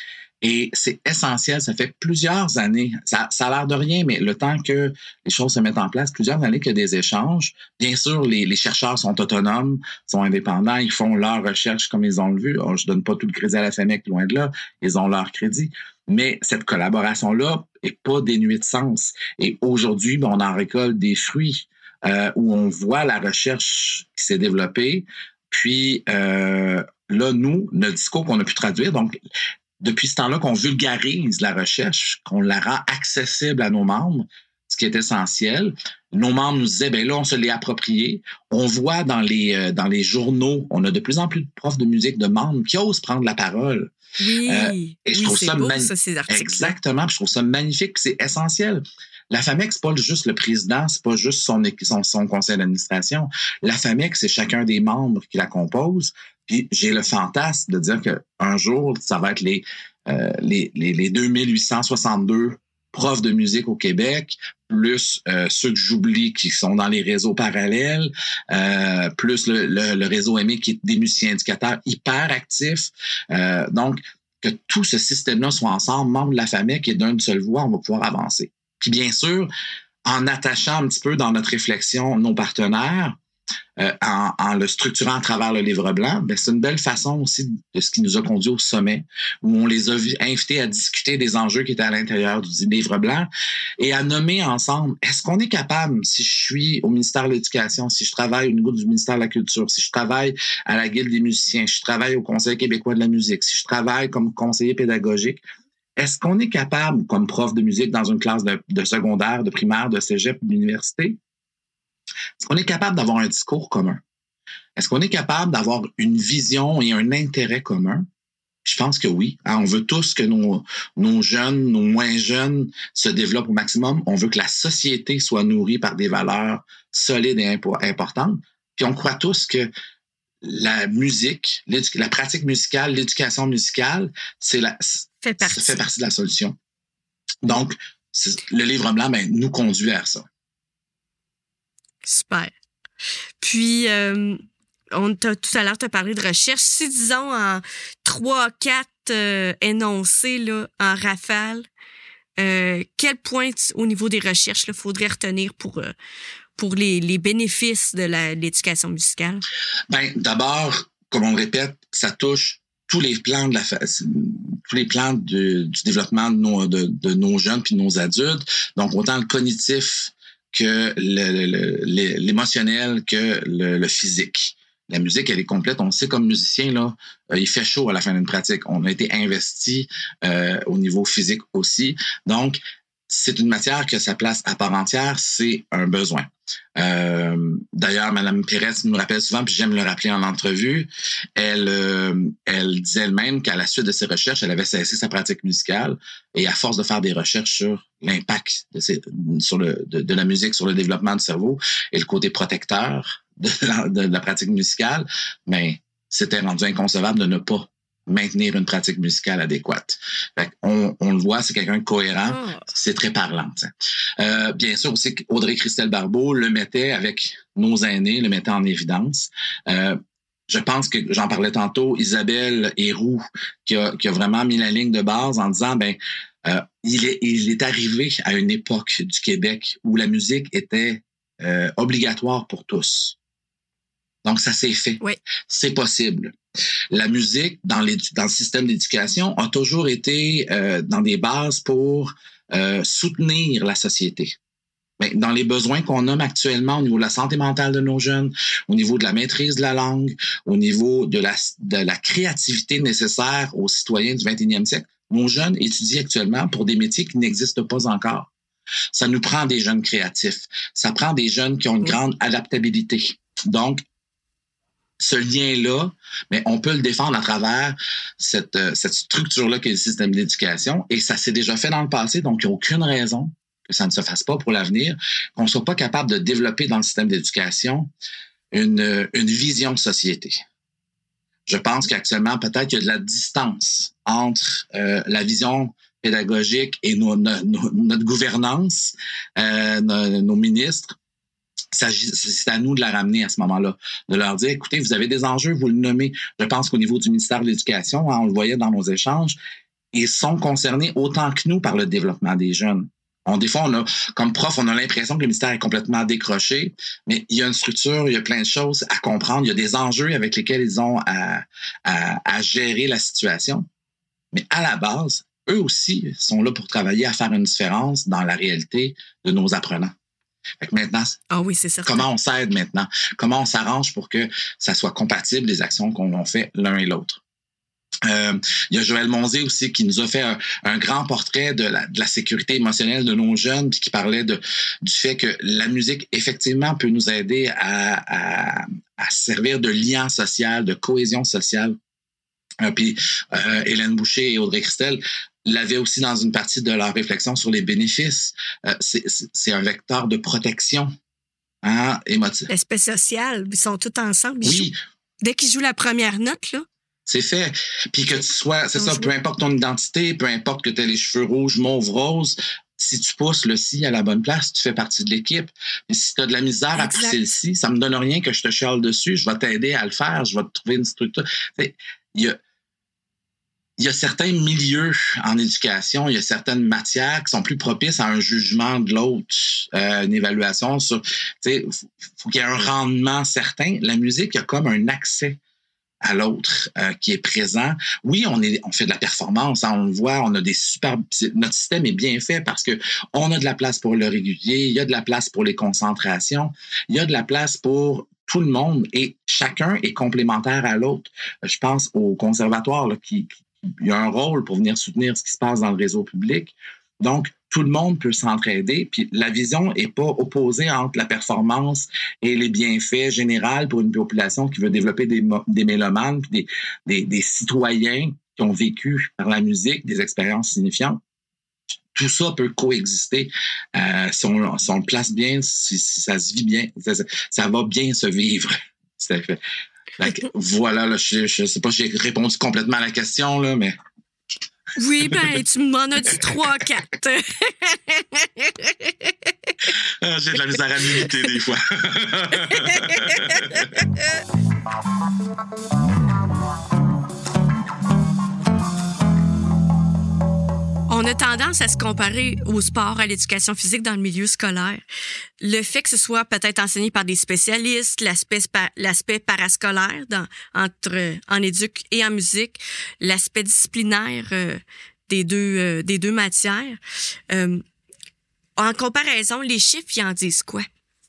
Et c'est essentiel, ça fait plusieurs années, ça, ça a l'air de rien, mais le temps que les choses se mettent en place, plusieurs années qu'il y a des échanges. Bien sûr, les, les chercheurs sont autonomes, sont indépendants, ils font leur recherche comme ils ont le vu. Alors, je donne pas tout le crédit à la FAMEC, loin de là, ils ont leur crédit. Mais cette collaboration-là est pas dénuée de sens. Et aujourd'hui, ben, on en récolte des fruits. Euh, où on voit la recherche qui s'est développée. Puis euh, là, nous, notre discours qu'on a pu traduire, donc depuis ce temps-là qu'on vulgarise la recherche, qu'on la rend accessible à nos membres, ce qui est essentiel. Nos membres nous disaient, ben là, on se l'est approprié. On voit dans les, euh, dans les journaux, on a de plus en plus de profs de musique, de membres qui osent prendre la parole. Oui, euh, et je oui, trouve c'est ça beau, magnifique. Ça, ces articles. Exactement, puis je trouve ça magnifique, puis c'est essentiel. La FAMEC, c'est pas juste le président, c'est pas juste son, son, son conseil d'administration. La FAMEC, c'est chacun des membres qui la composent. Puis j'ai le fantasme de dire qu'un jour, ça va être les, euh, les, les, les deux mille huit cent soixante-deux profs de musique au Québec, plus euh, ceux que j'oublie qui sont dans les réseaux parallèles, euh, plus le, le, le réseau aimé qui est des musiciens éducateurs hyper actifs. Euh, donc, que tout ce système-là soit ensemble, membres de la FAMEC, et d'une seule voix, on va pouvoir avancer. Puis bien sûr, en attachant un petit peu dans notre réflexion nos partenaires, euh, en, en le structurant à travers le livre blanc, bien, c'est une belle façon aussi de ce qui nous a conduit au sommet, où on les a invités à discuter des enjeux qui étaient à l'intérieur du livre blanc et à nommer ensemble, est-ce qu'on est capable, si je suis au ministère de l'Éducation, si je travaille au niveau du ministère de la Culture, si je travaille à la Guilde des musiciens, si je travaille au Conseil québécois de la musique, si je travaille comme conseiller pédagogique, est-ce qu'on est capable, comme prof de musique dans une classe de, de secondaire, de primaire, de cégep, d'université, est-ce qu'on est capable d'avoir un discours commun? Est-ce qu'on est capable d'avoir une vision et un intérêt commun? Je pense que oui. Hein, on veut tous que nos, nos jeunes, nos moins jeunes se développent au maximum. On veut que la société soit nourrie par des valeurs solides et impo- importantes. Puis on croit tous que la musique, la pratique musicale, l'éducation musicale, c'est la, fait partie. ça fait partie de la solution. Donc, le livre blanc ben, nous conduit à ça. Super. Puis, euh, on t'a, tout à l'heure, tu as parlé de recherche. Si, disons, en trois, quatre euh, énoncés là, en rafale, euh, quel point t- au niveau des recherches il faudrait retenir pour... Euh, pour les, les bénéfices de la, l'éducation musicale? Ben, d'abord, comme on le répète, ça touche tous les plans de la fa- tous les plans de, du développement de nos, de, de nos jeunes puis de nos adultes. Donc, autant le cognitif que le, le, le, l'émotionnel que le, le physique. La musique, elle est complète. On sait comme musicien, là, euh, il fait chaud à la fin d'une pratique. On a été investi euh, au niveau physique aussi. Donc, c'est une matière que sa place à part entière, c'est un besoin. Euh, d'ailleurs, Mme Pérez nous rappelle souvent, puis j'aime le rappeler en entrevue, elle, euh, elle disait elle-même qu'à la suite de ses recherches, elle avait cessé sa pratique musicale et à force de faire des recherches sur l'impact de, ces, sur le, de, de la musique sur le développement du cerveau et le côté protecteur de la, de la pratique musicale, mais c'était rendu inconcevable de ne pas maintenir une pratique musicale adéquate. Fait on, on le voit, c'est quelqu'un de cohérent, oh. C'est très parlant. Euh, bien sûr aussi, Audrey Christelle Barbeau le mettait avec nos aînés, le mettait en évidence. Euh, je pense que, j'en parlais tantôt, Isabelle Héroux, qui a, qui a vraiment mis la ligne de base en disant, ben, euh, il est, il est arrivé à une époque du Québec où la musique était euh, obligatoire pour tous. Donc, ça s'est fait. Oui. C'est possible. La musique, dans, les, dans le système d'éducation, a toujours été euh, dans des bases pour euh, soutenir la société. Mais dans les besoins qu'on nomme actuellement au niveau de la santé mentale de nos jeunes, au niveau de la maîtrise de la langue, au niveau de la, de la créativité nécessaire aux citoyens du vingt et unième siècle, nos jeunes étudient actuellement pour des métiers qui n'existent pas encore. Ça nous prend des jeunes créatifs. Ça prend des jeunes qui ont une oui. grande adaptabilité. Donc, ce lien-là, mais on peut le défendre à travers cette, cette structure-là qu'est le système d'éducation, et ça s'est déjà fait dans le passé, donc il n'y a aucune raison que ça ne se fasse pas pour l'avenir, qu'on ne soit pas capable de développer dans le système d'éducation une, une vision de société. Je pense qu'actuellement, peut-être qu'il y a de la distance entre euh, la vision pédagogique et nos, nos, notre gouvernance, euh, nos, nos ministres. C'est à nous de la ramener à ce moment-là, de leur dire, écoutez, vous avez des enjeux, vous le nommez. Je pense qu'au niveau du ministère de l'Éducation, hein, on le voyait dans nos échanges, ils sont concernés autant que nous par le développement des jeunes. On, des fois, on a, comme prof, on a l'impression que le ministère est complètement décroché, mais il y a une structure, il y a plein de choses à comprendre, il y a des enjeux avec lesquels ils ont à, à, à gérer la situation. Mais à la base, eux aussi sont là pour travailler à faire une différence dans la réalité de nos apprenants. Fait que maintenant, ah oui, c'est certain. Comment on s'aide maintenant? Comment on s'arrange pour que ça soit compatible les actions qu'on fait l'un et l'autre? Euh, il y a Joël Monzé aussi qui nous a fait un, un grand portrait de la, de la sécurité émotionnelle de nos jeunes, puis qui parlait de, du fait que la musique, effectivement, peut nous aider à, à, à servir de lien social, de cohésion sociale. Euh, puis euh, Hélène Boucher et Audrey Christelle l'avaient aussi dans une partie de leur réflexion sur les bénéfices. Euh, c'est, c'est un vecteur de protection hein, émotive. L'aspect social, ils sont tous ensemble. Ils oui. jouent. Dès qu'ils jouent la première note, là. C'est fait. Puis que tu sois, c'est ça, peu importe ton identité, peu importe que tu aies les cheveux rouges, mauve, rose, si tu pousses le si à la bonne place, tu fais partie de l'équipe. Mais si tu as de la misère exact. À pousser le si, ça me donne rien que je te chiale dessus, je vais t'aider à le faire, je vais te trouver une structure. Il y a Il y a certains milieux en éducation, il y a certaines matières qui sont plus propices à un jugement de l'autre, euh, une évaluation sur, tu sais, faut, faut qu'il y ait un rendement certain. La musique, il y a comme un accès à l'autre euh, qui est présent. Oui, on est, on fait de la performance, hein, on le voit, on a des super, notre système est bien fait parce que on a de la place pour le régulier, il y a de la place pour les concentrations, il y a de la place pour tout le monde et chacun est complémentaire à l'autre. Je pense au conservatoire là, qui, qui il y a un rôle pour venir soutenir ce qui se passe dans le réseau public. Donc, tout le monde peut s'entraider. Puis la vision n'est pas opposée entre la performance et les bienfaits généraux pour une population qui veut développer des, des mélomanes, puis des, des, des citoyens qui ont vécu par la musique des expériences signifiantes. Tout ça peut coexister euh, si, on, si on le place bien, si, si ça se vit bien, ça, ça va bien se vivre. C'est fait. Like, voilà, là, je ne sais pas si j'ai répondu complètement à la question, là, mais... Oui, ben, tu m'en as dit trois, quatre. Ah, j'ai de la misère à m'imiter des fois. On on a tendance à se comparer au sport, à l'éducation physique dans le milieu scolaire. Le fait que ce soit peut-être enseigné par des spécialistes, l'aspect, l'aspect parascolaire dans, entre, en éduc et en musique, l'aspect disciplinaire euh, des, deux, euh, des deux matières. Euh, en comparaison, les chiffres, ils en disent quoi?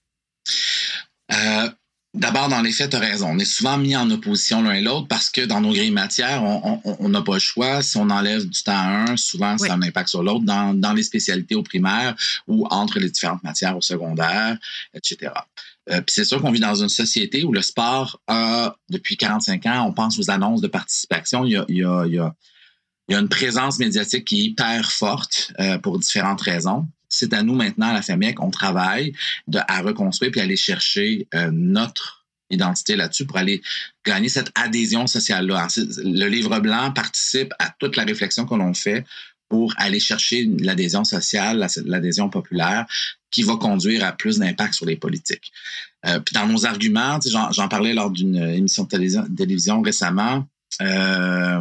Euh, D'abord, dans les faits, tu as raison. On est souvent mis en opposition l'un et l'autre parce que dans nos grilles matières, on n'a pas le choix. Si on enlève du temps à un, souvent, oui. ça a un impact sur l'autre dans, dans les spécialités au primaire ou entre les différentes matières au secondaire, et cetera. Euh, puis c'est sûr qu'on vit dans une société où le sport a, depuis quarante-cinq ans, on pense aux annonces de participation. Il y a, il y a, il y a, il y a une présence médiatique qui est hyper forte euh, pour différentes raisons. C'est à nous maintenant, à la FAMEC, on travaille de, à reconstruire puis aller chercher euh, notre identité là-dessus pour aller gagner cette adhésion sociale-là. Le livre blanc participe à toute la réflexion que l'on fait pour aller chercher l'adhésion sociale, l'adhésion populaire qui va conduire à plus d'impact sur les politiques. Euh, puis dans nos arguments, j'en, j'en parlais lors d'une émission de télévision, télévision récemment, euh,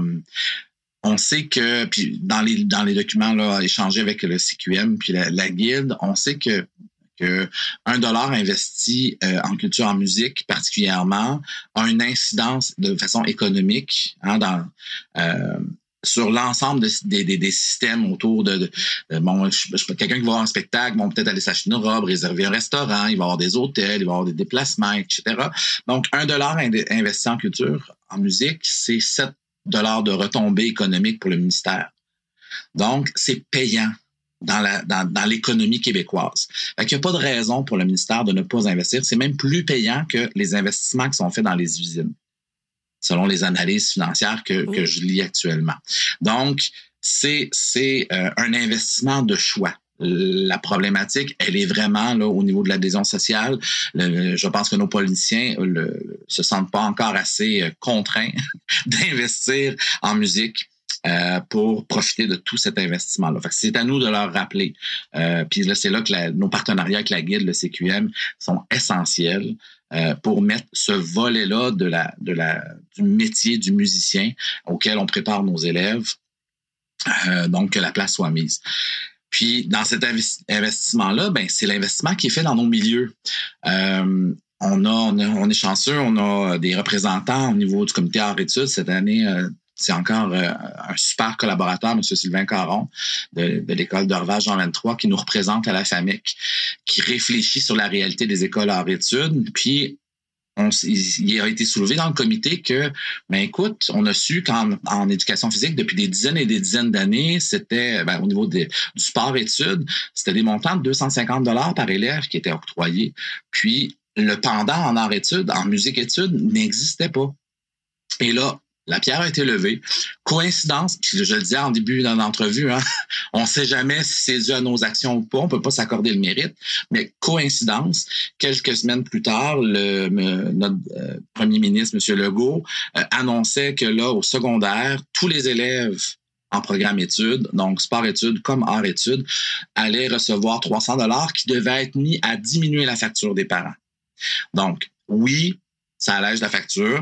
on sait que, puis dans les dans les documents là échangés avec le C Q M puis la, la guilde, on sait que que un dollar investi euh, en culture, en musique particulièrement, a une incidence de façon économique hein, dans euh, sur l'ensemble de, des, des, des systèmes autour de, de, de bon, je, je, quelqu'un qui va voir un spectacle, va peut-être aller s'acheter une robe, réserver un restaurant, il va avoir des hôtels, il va avoir des déplacements, et cetera. Donc un dollar investi en culture, en musique, c'est sept dollars de retombées économiques pour le ministère. Donc, c'est payant dans, la, dans, dans l'économie québécoise. Fait qu'il n'y a pas de raison pour le ministère de ne pas investir. C'est même plus payant que les investissements qui sont faits dans les usines, selon les analyses financières que, que je lis actuellement. Donc, c'est, c'est euh, un investissement de choix. La problématique, elle est vraiment là au niveau de l'adhésion sociale. Le, je pense que nos politiciens ne se sentent pas encore assez contraints d'investir en musique euh, pour profiter de tout cet investissement-là. Fait que c'est à nous de leur rappeler. Euh, puis là, c'est là que la, nos partenariats avec la Guilde, le C Q M, sont essentiels euh, pour mettre ce volet-là de la, de la, du métier du musicien auquel on prépare nos élèves, euh, donc que la place soit mise. Puis, dans cet investissement-là, ben, c'est l'investissement qui est fait dans nos milieux. Euh, on, a, on, a, on est chanceux, on a des représentants au niveau du comité Arts-Études. Cette année, euh, c'est encore euh, un super collaborateur, M. Sylvain Caron, de, de l'école d'Orval Jean vingt-trois, qui nous représente à la FAMEC, qui réfléchit sur la réalité des écoles Arts-Études. Puis, On, il a été soulevé dans le comité que, ben écoute, on a su qu'en en éducation physique, depuis des dizaines et des dizaines d'années, c'était, ben, au niveau des, du sport-études, c'était des montants de deux cent cinquante dollars par élève qui étaient octroyés. Puis, le pendant en arts-études, en musique-études, n'existait pas. Et là, la pierre a été levée. Coïncidence, puis je le disais en début de l'entrevue, hein, on ne sait jamais si c'est dû à nos actions ou pas, on ne peut pas s'accorder le mérite, mais coïncidence, quelques semaines plus tard, le, notre euh, premier ministre, M. Legault, euh, annonçait que là, au secondaire, tous les élèves en programme études, donc sport-études comme art-études, allaient recevoir trois cents dollars qui devaient être mis à diminuer la facture des parents. Donc, oui, ça allège la facture.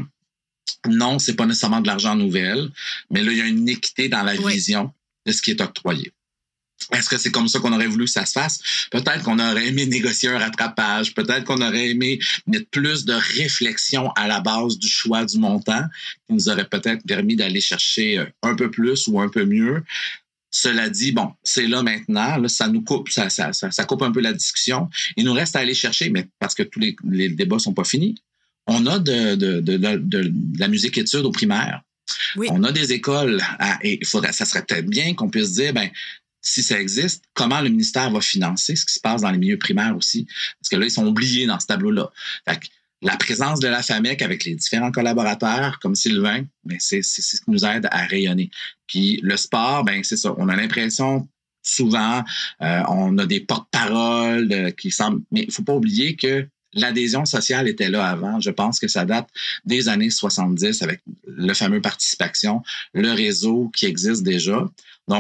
Non, c'est pas nécessairement de l'argent nouvelle, mais là, il y a une équité dans la oui. vision de ce qui est octroyé. Est-ce que c'est comme ça qu'on aurait voulu que ça se fasse? Peut-être qu'on aurait aimé négocier un rattrapage, peut-être qu'on aurait aimé mettre plus de réflexion à la base du choix du montant, qui nous aurait peut-être permis d'aller chercher un peu plus ou un peu mieux. Cela dit, bon, c'est là maintenant, là, ça nous coupe, ça, ça, ça, ça coupe un peu la discussion. Il nous reste à aller chercher, mais parce que tous les, les débats sont pas finis. On a de, de, de, de, de la musique-études au primaire. Oui. On a des écoles. À, et il faudrait, ça serait peut-être bien qu'on puisse dire, ben, si ça existe, comment le ministère va financer ce qui se passe dans les milieux primaires aussi? Parce que là, ils sont oubliés dans ce tableau-là. Fait que la présence de la FAMEC avec les différents collaborateurs, comme Sylvain, ben, c'est, c'est, c'est ce qui nous aide à rayonner. Puis le sport, ben, c'est ça. On a l'impression, souvent, euh, on a des porte-paroles euh, qui semblent... Mais il ne faut pas oublier que l'adhésion sociale était là avant. Je pense que ça date des années soixante-dix avec le fameux Participation, le réseau qui existe déjà. Donc,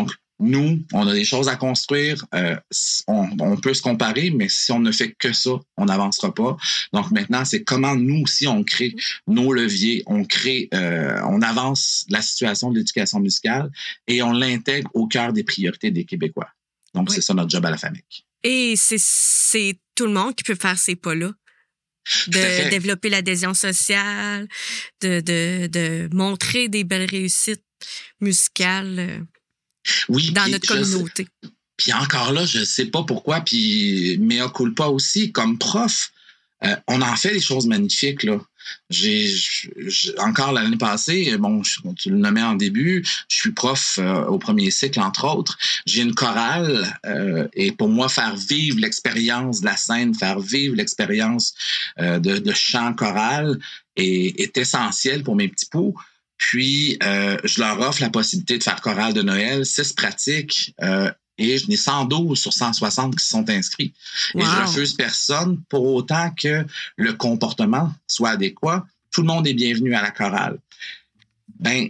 nous, on a des choses à construire, euh, on, on peut se comparer, mais si on ne fait que ça, on n'avancera pas. Donc maintenant, c'est comment nous aussi, on crée nos leviers, on crée, euh, on avance la situation de l'éducation musicale et on l'intègre au cœur des priorités des Québécois. Donc, oui. C'est ça notre job à la FAMEQ. Et c'est, c'est tout le monde qui peut faire ces pas-là. De développer l'adhésion sociale, de, de, de montrer des belles réussites musicales oui, dans notre communauté. Sais, puis encore là, je sais pas pourquoi, puis mea culpa aussi, comme prof, euh, on en fait des choses magnifiques, là. J'ai, j'ai encore l'année passée, bon, je, tu le nommais en début, je suis prof euh, au premier cycle, entre autres. J'ai une chorale euh, et pour moi, faire vivre l'expérience de la scène, faire vivre l'expérience euh, de, de chant choral est, est essentiel pour mes petits poux. Puis, euh, je leur offre la possibilité de faire chorale de Noël, six pratiques, euh, et je n'ai cent douze sur cent soixante qui sont inscrits. Wow. Et je refuse personne pour autant que le comportement soit adéquat. Tout le monde est bienvenu à la chorale. Ben,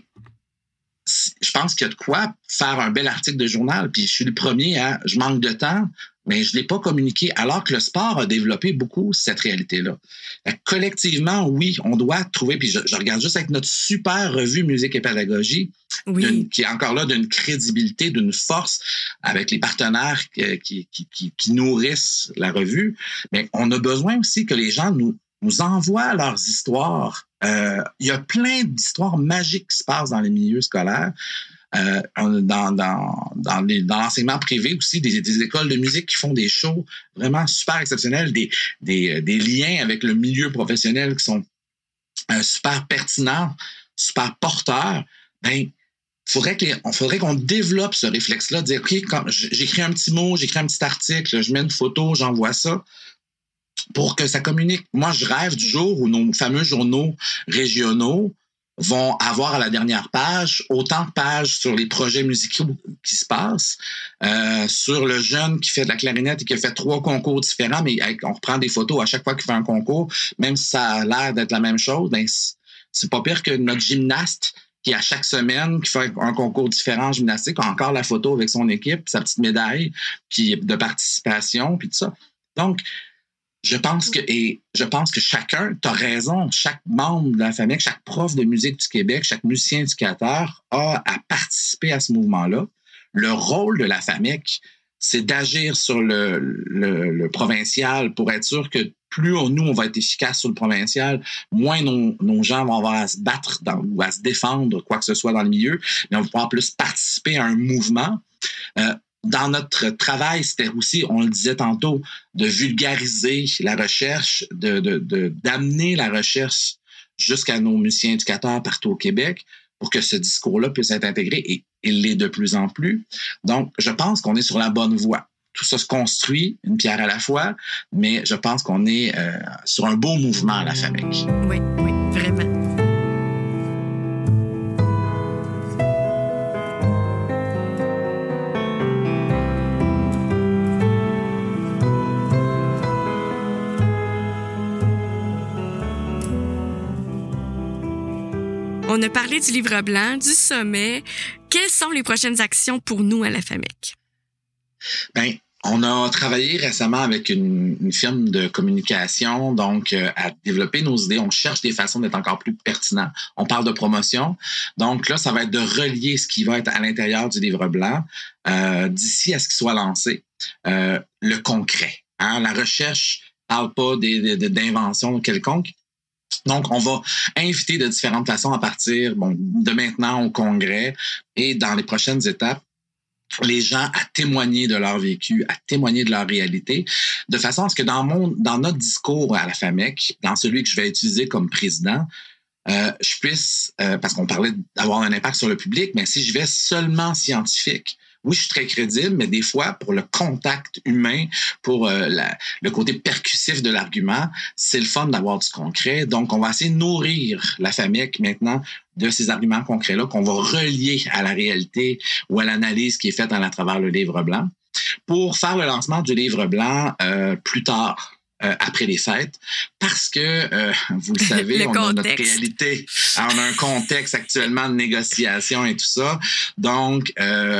je pense qu'il y a de quoi faire un bel article de journal. Puis je suis le premier à... Je manque de temps, mais je ne l'ai pas communiqué, alors que le sport a développé beaucoup cette réalité-là. Collectivement, oui, on doit trouver, puis je, je regarde juste avec notre super revue Musique et pédagogie, oui. qui est encore là d'une crédibilité, d'une force avec les partenaires qui, qui, qui, qui nourrissent la revue, mais on a besoin aussi que les gens nous, nous envoient leurs histoires. Euh, il y a plein d'histoires magiques qui se passent dans les milieux scolaires. Euh, dans, dans, dans, les, dans l'enseignement privé aussi, des, des écoles de musique qui font des shows vraiment super exceptionnels, des, des, des liens avec le milieu professionnel qui sont euh, super pertinents, super porteurs. Ben, faudrait que les, on faudrait qu'on développe ce réflexe-là, de dire, OK, quand j'écris un petit mot, j'écris un petit article, je mets une photo, j'envoie ça, pour que ça communique. Moi, je rêve du jour où nos fameux journaux régionaux vont avoir à la dernière page autant de pages sur les projets musicaux qui se passent, euh, sur le jeune qui fait de la clarinette et qui a fait trois concours différents, mais on reprend des photos à chaque fois qu'il fait un concours, même si ça a l'air d'être la même chose, ben c'est pas pire que notre gymnaste qui, à chaque semaine, qui fait un concours différent en gymnastique, a encore la photo avec son équipe, sa petite médaille puis de participation, puis tout ça. Donc, Je pense que et je pense que chacun, tu as raison, chaque membre de la famille, chaque prof de musique du Québec, chaque musicien éducateur a à participer à ce mouvement-là. Le rôle de la FAMEQ, c'est d'agir sur le, le, le provincial pour être sûr que plus on, nous, on va être efficace sur le provincial, moins nos, nos gens vont avoir à se battre dans, ou à se défendre, quoi que ce soit dans le milieu, mais on va pouvoir plus participer à un mouvement. Euh, Dans notre travail, c'était aussi, on le disait tantôt, de vulgariser la recherche, de, de, de, d'amener la recherche jusqu'à nos musiciens éducateurs partout au Québec pour que ce discours-là puisse être intégré et il l'est de plus en plus. Donc, je pense qu'on est sur la bonne voie. Tout ça se construit, une pierre à la fois, mais je pense qu'on est euh, sur un beau mouvement à la FAMEQ. Oui, oui, vraiment. On a parlé du livre blanc, du sommet. Quelles sont les prochaines actions pour nous à la FAMEQ? Bien, on a travaillé récemment avec une, une firme de communication, donc euh, à développer nos idées. On cherche des façons d'être encore plus pertinents. On parle de promotion. Donc là, ça va être de relier ce qui va être à l'intérieur du livre blanc euh, d'ici à ce qu'il soit lancé. Euh, le concret. Hein? La recherche ne parle pas des, des, d'invention quelconque. Donc, on va inviter de différentes façons à partir bon, de maintenant au congrès et dans les prochaines étapes, les gens à témoigner de leur vécu, à témoigner de leur réalité, de façon à ce que dans, mon, dans notre discours à la FAMEQ, dans celui que je vais utiliser comme président, euh, je puisse, euh, parce qu'on parlait d'avoir un impact sur le public, mais si je vais seulement scientifique, oui, je suis très crédible, mais des fois, pour le contact humain, pour euh, la, le côté percussif de l'argument, c'est le fun d'avoir du concret. Donc, on va essayer de nourrir la FAMEQ maintenant de ces arguments concrets-là qu'on va relier à la réalité ou à l'analyse qui est faite à travers le livre blanc pour faire le lancement du livre blanc euh, plus tard. Euh, après les fêtes, parce que, euh, vous le savez, on a notre réalité. Alors, on a un contexte actuellement de négociation et tout ça. Donc, euh,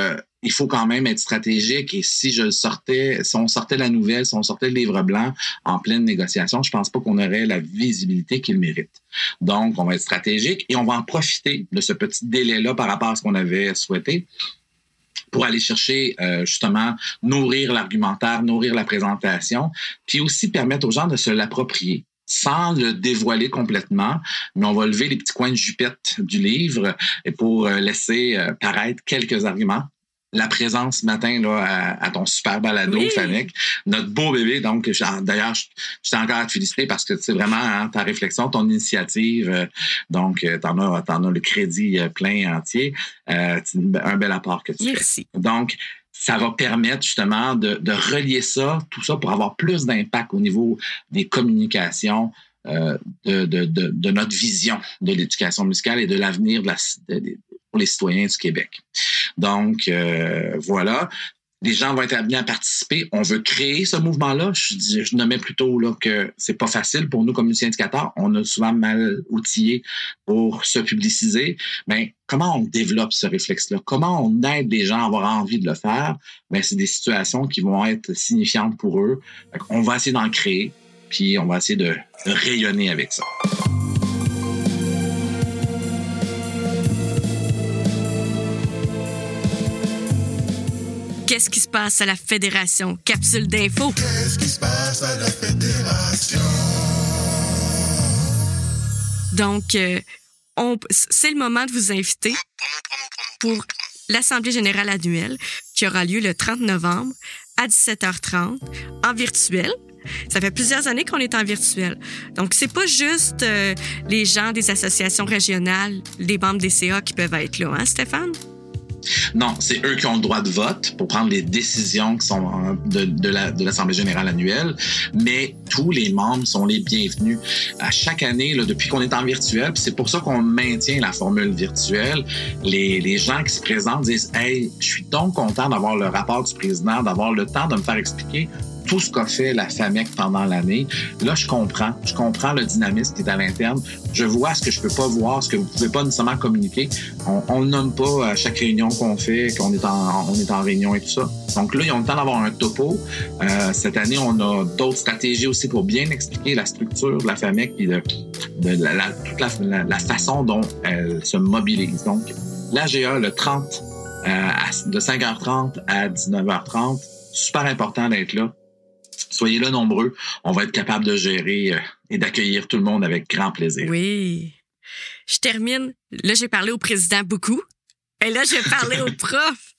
il faut quand même être stratégique. Et si je sortais, si on sortait la nouvelle, si on sortait le livre blanc en pleine négociation, je pense pas qu'on aurait la visibilité qu'il mérite. Donc, on va être stratégique et on va en profiter de ce petit délai-là par rapport à ce qu'on avait souhaité pour aller chercher, euh, justement, nourrir l'argumentaire, nourrir la présentation, puis aussi permettre aux gens de se l'approprier, sans le dévoiler complètement, mais on va lever les petits coins de jupette du livre et pour laisser paraître quelques arguments. La présence ce matin là, à, à ton super balado, oui. Fanek, notre beau bébé. Donc, d'ailleurs, je, je tiens encore à te féliciter parce que c'est vraiment hein, ta réflexion, ton initiative. Euh, donc, t'en as, t'en as le crédit plein entier. Euh, c'est un bel apport que tu Merci. fais. Donc, ça va permettre justement de, de relier ça, tout ça pour avoir plus d'impact au niveau des communications, euh, de, de, de, de notre vision de l'éducation musicale et de l'avenir de la, de, de, pour les citoyens du Québec. Donc, euh, voilà. Les gens vont être amenés à participer. On veut créer ce mouvement-là. Je, dis, je nommais plutôt là, que c'est pas facile pour nous comme musiciens éducateurs. On a souvent mal outillés pour se publiciser. Mais comment on développe ce réflexe-là? Comment on aide les gens à avoir envie de le faire? Ben, c'est des situations qui vont être signifiantes pour eux. On va essayer d'en créer, puis on va essayer de, de rayonner avec ça. Qu'est-ce qui se passe à la Fédération? Capsule d'info. Qu'est-ce qui se passe à la Fédération? Donc, euh, on, c'est le moment de vous inviter pour l'Assemblée générale annuelle qui aura lieu le trente novembre à dix-sept heures trente en virtuel. Ça fait plusieurs années qu'on est en virtuel. Donc, c'est pas juste euh, les gens des associations régionales, les membres des C A qui peuvent être là, hein, Stéphane? Non, c'est eux qui ont le droit de vote pour prendre les décisions qui sont de, de, la, de l'Assemblée générale annuelle, mais tous les membres sont les bienvenus. À chaque année, là, depuis qu'on est en virtuel, puis c'est pour ça qu'on maintient la formule virtuelle, les, les gens qui se présentent disent « Hey, je suis donc content d'avoir le rapport du président, d'avoir le temps de me faire expliquer tout ce qu'a fait la FAMEC pendant l'année. Là, je comprends. Je comprends le dynamisme qui est à l'interne. Je vois ce que je peux pas voir, ce que vous pouvez pas nécessairement communiquer. On ne nomme pas à chaque réunion qu'on fait qu'on est en, on est en réunion et tout ça. Donc là, ils ont le temps d'avoir un topo. Euh, cette année, on a d'autres stratégies aussi pour bien expliquer la structure de la FAMEC et de, de la, la, toute la, la, la façon dont elle se mobilise. Donc, l'A G A, le trente, euh, à, de cinq heures trente à dix-neuf heures trente, super important d'être là. Soyez là nombreux. On va être capable de gérer euh, et d'accueillir tout le monde avec grand plaisir. Oui. Je termine. Là, j'ai parlé au président beaucoup. Et là, j'ai parlé au prof.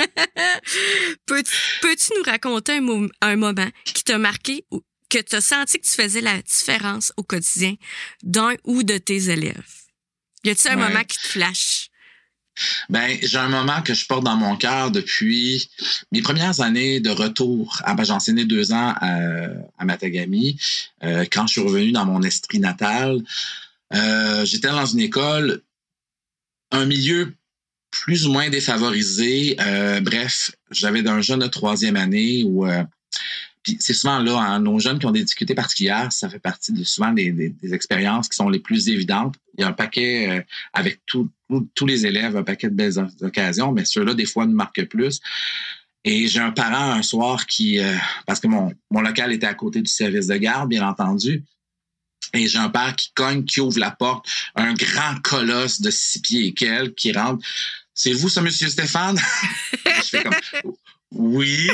Peux, peux-tu nous raconter un, mo- un moment qui t'a marqué ou que tu as senti que tu faisais la différence au quotidien d'un ou de tes élèves? Y a-t-il un ouais. moment qui te flash? Ben, j'ai un moment que je porte dans mon cœur depuis mes premières années de retour. Ah, ben, j'ai enseigné deux ans à, à Matagami. Euh, quand je suis revenu dans mon esprit natal, euh, j'étais dans une école, un milieu plus ou moins défavorisé. Euh, bref, j'avais d'un jeune de troisième année où... Euh, Puis c'est souvent là, hein, nos jeunes qui ont des difficultés particulières, ça fait partie de souvent des, des, des expériences qui sont les plus évidentes. Il y a un paquet euh, avec tout, tout, tous les élèves, un paquet de belles occasions, mais ceux-là, des fois, nous marquent plus. Et j'ai un parent un soir qui, euh, parce que mon, mon local était à côté du service de garde, bien entendu, et j'ai un père qui cogne, qui ouvre la porte, un grand colosse de six pieds et quelques qui rentre. « C'est vous, ça, monsieur Stéphane? » Je fais comme... Oui.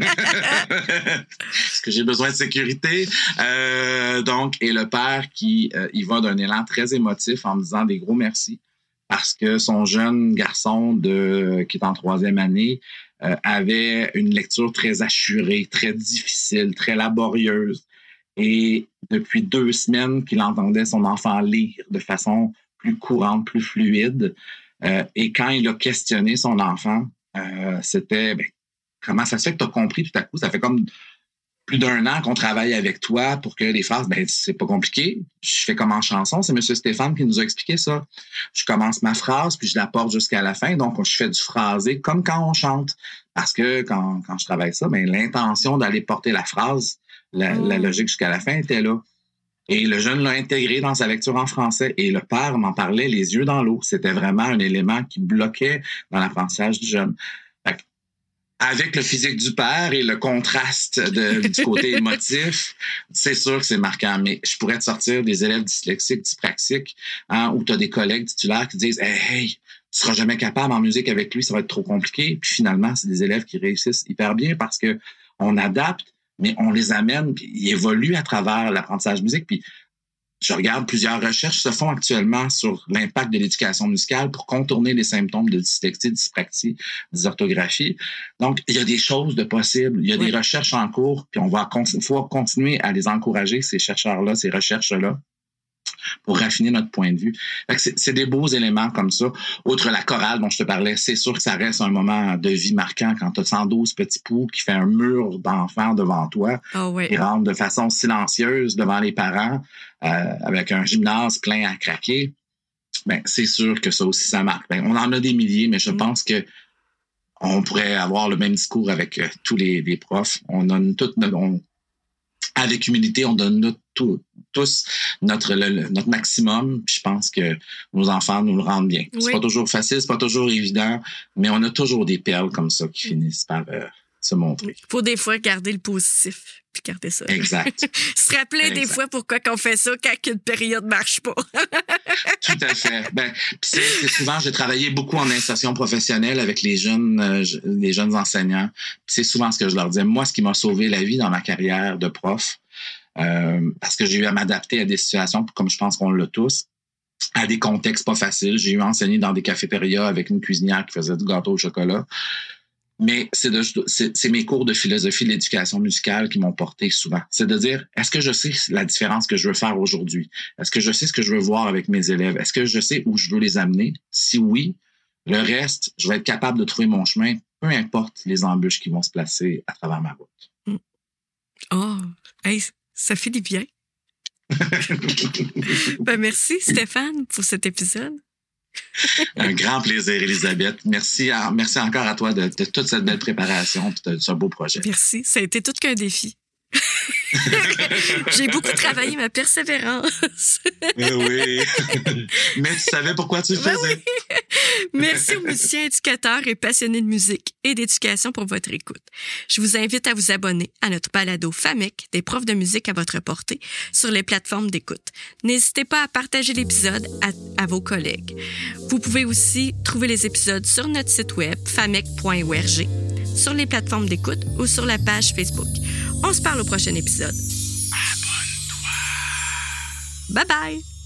Est-ce que j'ai besoin de sécurité? Euh, donc, et le père qui euh, il va d'un élan très émotif en me disant des gros merci parce que son jeune garçon de qui est en troisième année euh, avait une lecture très assurée, très difficile, très laborieuse. Et depuis deux semaines qu'il entendait son enfant lire de façon plus courante, plus fluide. Euh, et quand il a questionné son enfant, euh, c'était... Ben, comment ça se fait que tu as compris tout à coup? Ça fait comme plus d'un an qu'on travaille avec toi pour que les phrases, ben c'est pas compliqué. Je fais comme en chanson. C'est M. Stéphane qui nous a expliqué ça. Je commence ma phrase, puis je la porte jusqu'à la fin. Donc, je fais du phrasé comme quand on chante. Parce que quand, quand je travaille ça, ben l'intention d'aller porter la phrase, la, mmh. la logique jusqu'à la fin était là. Et le jeune l'a intégré dans sa lecture en français. Et le père m'en parlait les yeux dans l'eau. C'était vraiment un élément qui bloquait dans l'apprentissage du jeune. avec le physique du père et le contraste de, du côté émotif, c'est sûr que c'est marquant. Mais je pourrais te sortir des élèves dyslexiques, dyspraxiques, hein, où tu as des collègues titulaires qui disent hey, « Hey, tu seras jamais capable en musique avec lui, ça va être trop compliqué. » Puis finalement, c'est des élèves qui réussissent hyper bien parce que on adapte, mais on les amène, puis ils évoluent à travers l'apprentissage musique. Puis je regarde, plusieurs recherches se font actuellement sur l'impact de l'éducation musicale pour contourner les symptômes de dyslexie, dyspraxie, dysorthographie. Donc, il y a des choses de possibles. Il y a oui. des recherches en cours, puis on va con- faut continuer à les encourager, ces chercheurs-là, ces recherches-là, pour raffiner notre point de vue. Fait que c'est, c'est des beaux éléments comme ça. Outre la chorale dont je te parlais, c'est sûr que ça reste un moment de vie marquant quand tu as cent douze petits poux qui fait un mur d'enfants devant toi, oh oui. qui rentre de façon silencieuse devant les parents, euh, avec un gymnase plein à craquer. Ben, c'est sûr que ça aussi, ça marque. Ben, on en a des milliers, mais je mm. pense que on pourrait avoir le même discours avec euh, tous les, les profs. On donne toute notre... On, avec humilité, on donne notre, tout, tous notre, le, notre maximum. Puis je pense que nos enfants nous le rendent bien. Oui. C'est pas toujours facile, c'est pas toujours évident, mais on a toujours des perles comme ça qui finissent par euh, se montrer. Il faut des fois garder le positif, puis garder ça. Exact. Se rappeler exact. Des fois pourquoi qu'on fait ça quand une période marche pas. Tout à fait. Ben, c'est, c'est souvent, j'ai travaillé beaucoup en insertion professionnelle avec les jeunes, euh, les jeunes enseignants. Puis c'est souvent ce que je leur disais. Moi, ce qui m'a sauvé la vie dans ma carrière de prof, euh, parce que j'ai eu à m'adapter à des situations, comme je pense qu'on l'a tous, à des contextes pas faciles. J'ai eu à enseigner dans des cafétérias avec une cuisinière qui faisait du gâteau au chocolat. Mais c'est, de, c'est, c'est mes cours de philosophie de l'éducation musicale qui m'ont porté souvent. C'est de dire, est-ce que je sais la différence que je veux faire aujourd'hui? Est-ce que je sais ce que je veux voir avec mes élèves? Est-ce que je sais où je veux les amener? Si oui, le reste, je vais être capable de trouver mon chemin, peu importe les embûches qui vont se placer à travers ma route. Oh, hey, ça fait du bien. Ben, merci Stéphane pour cet épisode. Un grand plaisir, Elisabeth. Merci, à, merci encore à toi de, de toute cette belle préparation et de ce beau projet. Merci. Ça a été tout qu'un défi. J'ai beaucoup travaillé ma persévérance. Oui. Mais tu savais pourquoi tu le faisais. Ben oui. Merci aux musiciens, éducateurs et passionnés de musique et d'éducation pour votre écoute. Je vous invite à vous abonner à notre balado FAMEC, des profs de musique à votre portée, sur les plateformes d'écoute. N'hésitez pas à partager l'épisode à, à vos collègues. Vous pouvez aussi trouver les épisodes sur notre site web famec point org, sur les plateformes d'écoute ou sur la page Facebook. On se parle au prochain épisode. Abonne-toi. Bye bye!